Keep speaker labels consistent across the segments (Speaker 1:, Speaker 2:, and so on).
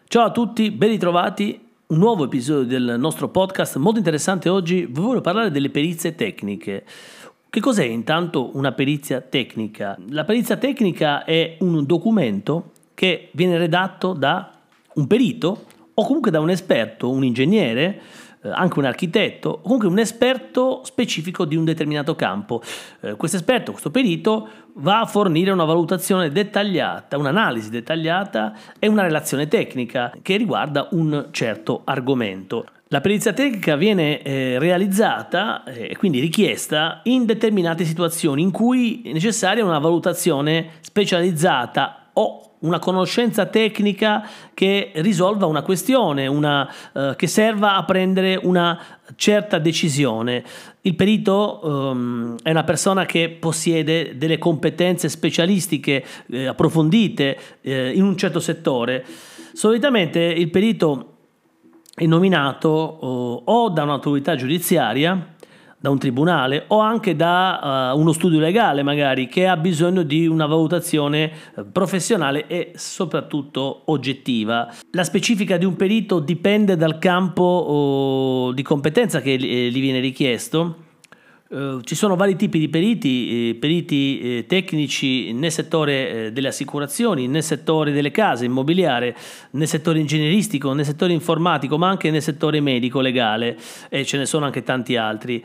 Speaker 1: Ciao a tutti, ben ritrovati. Un nuovo episodio del nostro podcast molto interessante oggi. Vi voglio parlare delle perizie tecniche. Che cos'è intanto una perizia tecnica? La perizia tecnica è un documento che viene redatto da un perito o comunque da un esperto, un ingegnere, anche un architetto, o comunque un esperto specifico di un determinato campo. Questo esperto, questo perito, va a fornire una valutazione dettagliata, un'analisi dettagliata e una relazione tecnica che riguarda un certo argomento. La perizia tecnica viene realizzata e quindi richiesta in determinate situazioni in cui è necessaria una valutazione specializzata o una conoscenza tecnica che risolva una questione, che serva a prendere una certa decisione. Il perito è una persona che possiede delle competenze specialistiche approfondite in un certo settore. Solitamente il perito è nominato o da un'autorità giudiziaria, da un tribunale o anche da uno studio legale magari che ha bisogno di una valutazione professionale e soprattutto oggettiva. La specifica di un perito dipende dal campo di competenza che gli viene richiesto. Ci sono vari tipi di periti tecnici nel settore delle assicurazioni, nel settore delle case, immobiliare, nel settore ingegneristico, nel settore informatico, ma anche nel settore medico, legale, e ce ne sono anche tanti altri.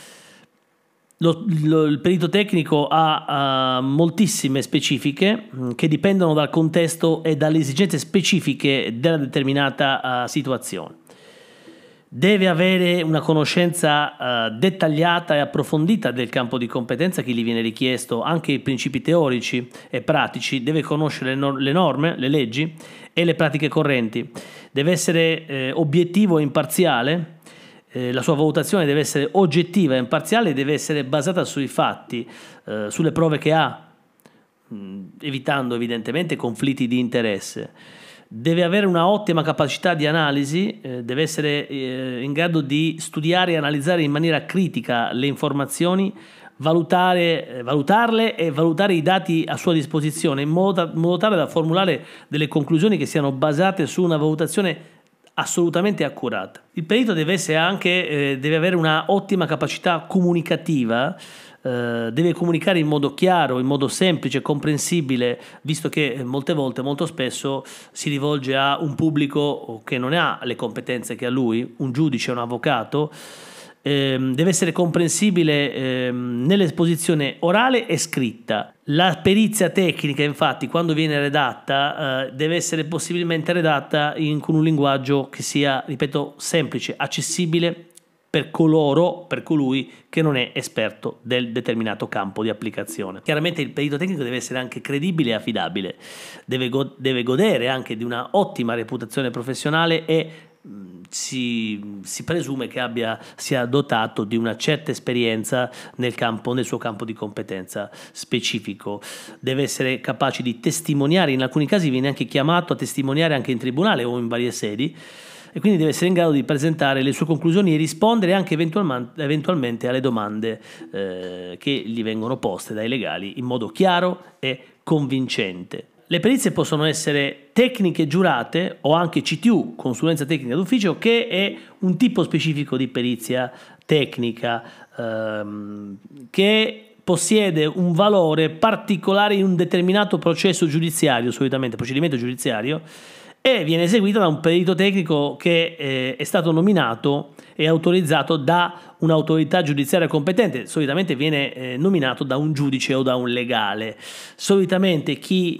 Speaker 1: Il perito tecnico ha moltissime specifiche che dipendono dal contesto e dalle esigenze specifiche della determinata situazione. Deve avere una conoscenza dettagliata e approfondita del campo di competenza che gli viene richiesto, anche i principi teorici e pratici, deve conoscere le norme, le leggi e le pratiche correnti, deve essere obiettivo e imparziale, la sua valutazione deve essere oggettiva e imparziale, deve essere basata sui fatti, sulle prove che ha, evitando evidentemente conflitti di interesse. Deve avere una ottima capacità di analisi, deve essere in grado di studiare e analizzare in maniera critica le informazioni, valutarle e valutare i dati a sua disposizione in modo tale da formulare delle conclusioni che siano basate su una valutazione assolutamente accurata. Il perito deve avere una ottima capacità comunicativa. Deve comunicare in modo chiaro, in modo semplice, comprensibile, visto che molto spesso si rivolge a un pubblico che non ha le competenze che ha lui, un giudice, un avvocato. Deve essere comprensibile nell'esposizione orale e scritta. La perizia tecnica, infatti, quando viene redatta, deve essere possibilmente redatta con un linguaggio che sia, ripeto, semplice, accessibile per colui che non è esperto del determinato campo di applicazione. Chiaramente il perito tecnico deve essere anche credibile e affidabile, deve godere anche di una ottima reputazione professionale e si presume che sia dotato di una certa esperienza nel suo campo di competenza specifico. Deve essere capace di testimoniare, in alcuni casi viene anche chiamato a testimoniare anche in tribunale o in varie sedi, e quindi deve essere in grado di presentare le sue conclusioni e rispondere anche eventualmente alle domande che gli vengono poste dai legali in modo chiaro e convincente. Le perizie possono essere tecniche giurate o anche CTU, consulenza tecnica d'ufficio, che è un tipo specifico di perizia tecnica che possiede un valore particolare in un determinato processo giudiziario, solitamente procedimento giudiziario, e viene eseguita da un perito tecnico che è stato nominato e autorizzato da un'autorità giudiziaria competente. Solitamente viene nominato da un giudice o da un legale. Solitamente chi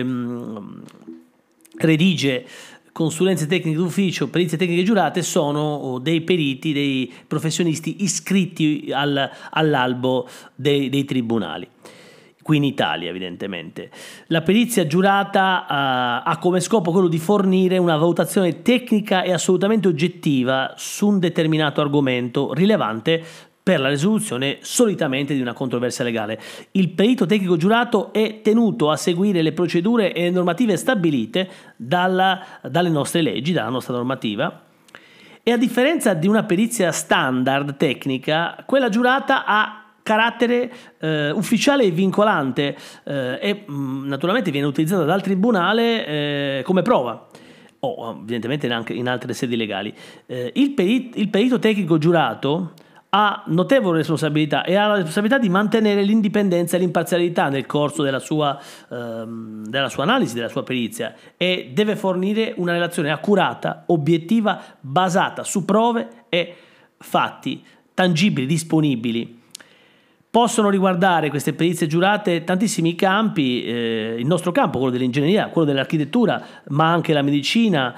Speaker 1: redige consulenze tecniche d'ufficio, perizie tecniche giurate, sono dei periti, dei professionisti iscritti all'albo dei tribunali. Qui in Italia, evidentemente. La perizia giurata ha come scopo quello di fornire una valutazione tecnica e assolutamente oggettiva su un determinato argomento rilevante per la risoluzione solitamente di una controversia legale. Il perito tecnico giurato è tenuto a seguire le procedure e le normative stabilite dalle nostre leggi, dalla nostra normativa, e a differenza di una perizia standard tecnica, quella giurata ha carattere ufficiale e vincolante e naturalmente viene utilizzata dal tribunale come prova. o evidentemente anche in altre sedi legali. Il perito tecnico giurato ha notevole responsabilità e ha la responsabilità di mantenere l'indipendenza e l'imparzialità nel corso della sua analisi, della sua perizia, e deve fornire una relazione accurata, obiettiva, basata su prove e fatti tangibili, disponibili. Possono riguardare queste perizie giurate tantissimi campi, il nostro campo, quello dell'ingegneria, quello dell'architettura, ma anche la medicina,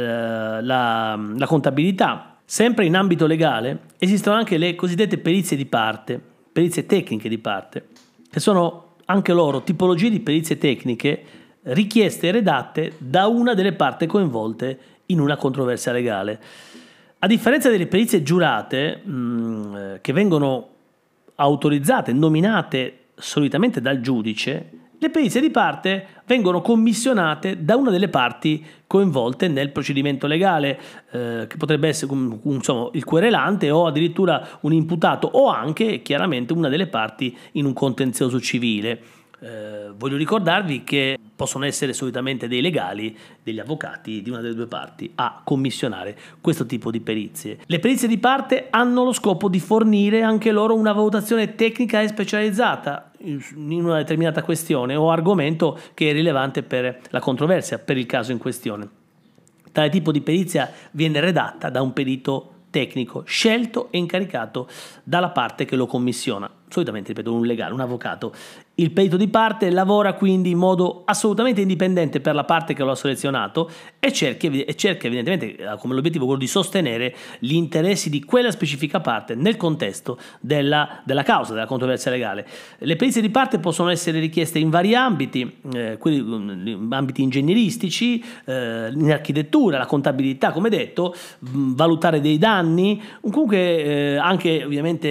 Speaker 1: la contabilità. Sempre in ambito legale esistono anche le cosiddette perizie di parte, perizie tecniche di parte, che sono anche loro tipologie di perizie tecniche richieste e redatte da una delle parti coinvolte in una controversia legale. A differenza delle perizie giurate, che vengono autorizzate, nominate solitamente dal giudice, le perizie di parte vengono commissionate da una delle parti coinvolte nel procedimento legale, che potrebbe essere insomma, il querelante o addirittura un imputato o anche chiaramente una delle parti in un contenzioso civile. Voglio ricordarvi che possono essere solitamente dei legali, degli avvocati di una delle due parti a commissionare questo tipo di perizie. Le perizie di parte hanno lo scopo di fornire anche loro una valutazione tecnica e specializzata in una determinata questione o argomento che è rilevante per la controversia, per il caso in questione. Tale tipo di perizia viene redatta da un perito tecnico scelto e incaricato dalla parte che lo commissiona, solitamente, ripeto, un legale, un avvocato. Il perito di parte lavora quindi in modo assolutamente indipendente per la parte che lo ha selezionato e cerca evidentemente come l'obiettivo quello di sostenere gli interessi di quella specifica parte nel contesto della causa, della controversia legale. Le perizie di parte possono essere richieste in vari ambiti, ambiti ingegneristici, in architettura, la contabilità, come detto, valutare dei danni, comunque anche ovviamente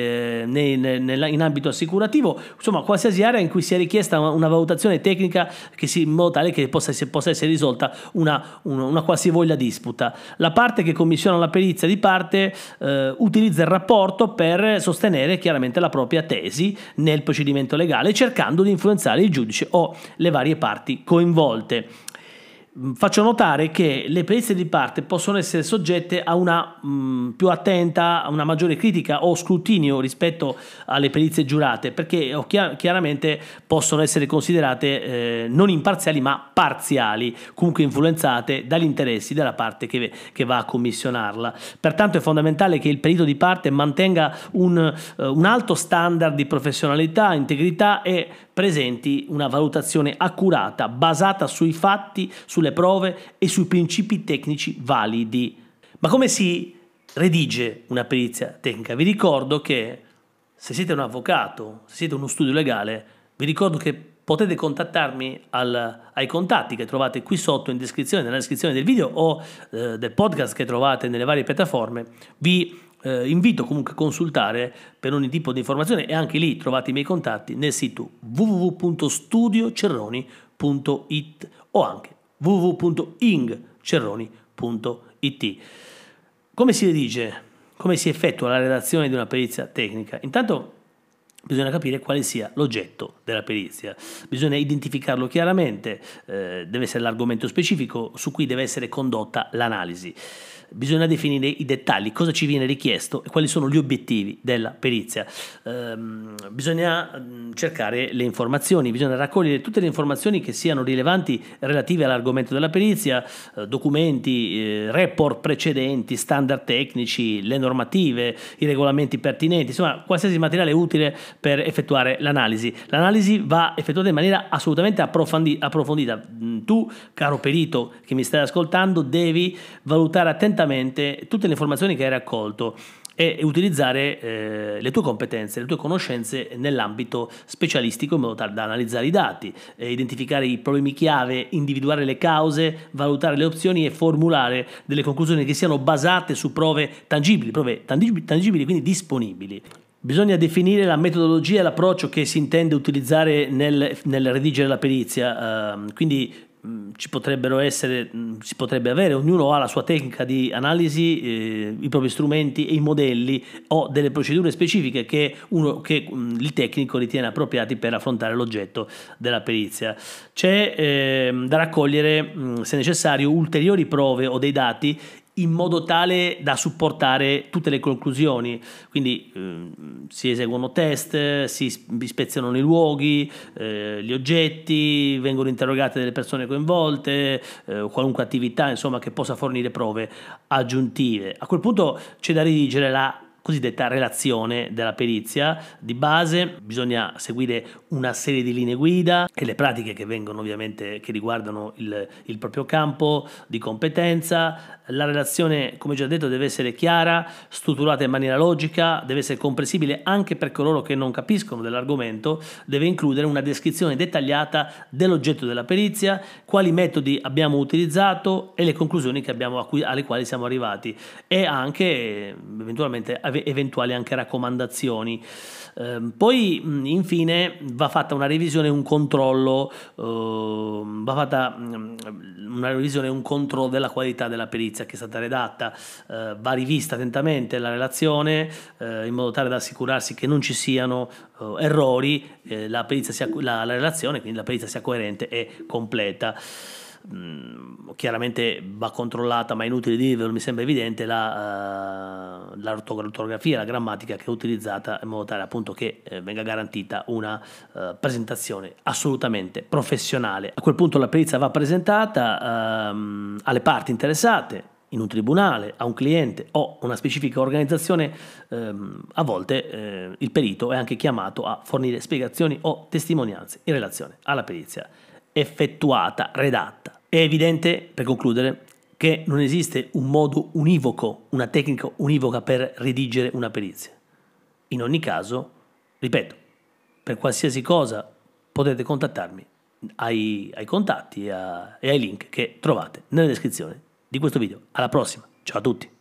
Speaker 1: in ambito assicurativo, insomma qualsiasi area in cui sia richiesta una valutazione tecnica in modo tale che possa essere risolta una qualsivoglia disputa. La parte che commissiona la perizia di parte utilizza il rapporto per sostenere chiaramente la propria tesi nel procedimento legale, cercando di influenzare il giudice o le varie parti coinvolte. Faccio notare che le perizie di parte possono essere soggette a una più attenta, a una maggiore critica o scrutinio rispetto alle perizie giurate, perché chiaramente possono essere considerate non imparziali ma parziali, comunque influenzate dagli interessi della parte che va a commissionarla. Pertanto è fondamentale che il perito di parte mantenga un alto standard di professionalità, integrità e presenti una valutazione accurata, basata sui fatti, sulle prove e sui principi tecnici validi. Ma come si redige una perizia tecnica? Vi ricordo che se siete un avvocato, se siete uno studio legale, vi ricordo che potete contattarmi ai contatti che trovate qui sotto nella descrizione del video o del podcast che trovate nelle varie piattaforme. Vi invito comunque a consultare per ogni tipo di informazione e anche lì trovate i miei contatti nel sito www.studiocerroni.it o anche www.ingcerroni.it. Come si redige? Come si effettua la redazione di una perizia tecnica? Intanto bisogna capire quale sia l'oggetto della perizia, bisogna identificarlo chiaramente, deve essere l'argomento specifico su cui deve essere condotta l'analisi. Bisogna definire i dettagli, cosa ci viene richiesto e quali sono gli obiettivi della perizia. Bisogna cercare le informazioni, bisogna raccogliere tutte le informazioni che siano rilevanti relative all'argomento della perizia, documenti, report precedenti, standard tecnici, le normative, i regolamenti pertinenti, insomma qualsiasi materiale utile per effettuare l'analisi. L'analisi va effettuata in maniera assolutamente approfondita. Tu, caro perito che mi stai ascoltando, devi valutare attentamente tutte le informazioni che hai raccolto e utilizzare le tue competenze, le tue conoscenze nell'ambito specialistico in modo tale da analizzare i dati, identificare i problemi chiave, individuare le cause, valutare le opzioni e formulare delle conclusioni che siano basate su prove tangibili, quindi disponibili. Bisogna definire la metodologia e l'approccio che si intende utilizzare nel redigere la perizia, quindi si potrebbe avere, ognuno ha la sua tecnica di analisi, i propri strumenti e i modelli o delle procedure specifiche che il tecnico ritiene appropriati per affrontare l'oggetto della perizia. C'è da raccogliere, se necessario, ulteriori prove o dei dati in modo tale da supportare tutte le conclusioni. Quindi si eseguono test, si ispezionano i luoghi, gli oggetti, vengono interrogate delle persone coinvolte, qualunque attività insomma che possa fornire prove aggiuntive. A quel punto c'è da redigere la cosiddetta relazione della perizia. Di base bisogna seguire una serie di linee guida e le pratiche che riguardano il proprio campo di competenza. La relazione, come già detto, deve essere chiara, strutturata in maniera logica, deve essere comprensibile anche per coloro che non capiscono dell'argomento, deve includere una descrizione dettagliata dell'oggetto della perizia, quali metodi abbiamo utilizzato e le conclusioni alle quali siamo arrivati, e anche eventuali anche raccomandazioni. Poi infine va fatta una revisione e un controllo, della qualità della perizia che è stata redatta. Va rivista attentamente la relazione in modo tale da assicurarsi che non ci siano errori, la relazione, quindi la perizia sia coerente e completa. Chiaramente va controllata, ma è inutile dirvelo, mi sembra evidente, l'ortografia, la grammatica che è utilizzata, in modo tale appunto che venga garantita una presentazione assolutamente professionale. A quel punto la perizia va presentata alle parti interessate, in un tribunale, a un cliente o una specifica organizzazione. A volte il perito è anche chiamato a fornire spiegazioni o testimonianze in relazione alla perizia effettuata, redatta. È evidente, per concludere, che non esiste un modo univoco, una tecnica univoca per redigere una perizia. In ogni caso, ripeto, per qualsiasi cosa potete contattarmi ai contatti e ai link che trovate nella descrizione di questo video. Alla prossima, ciao a tutti!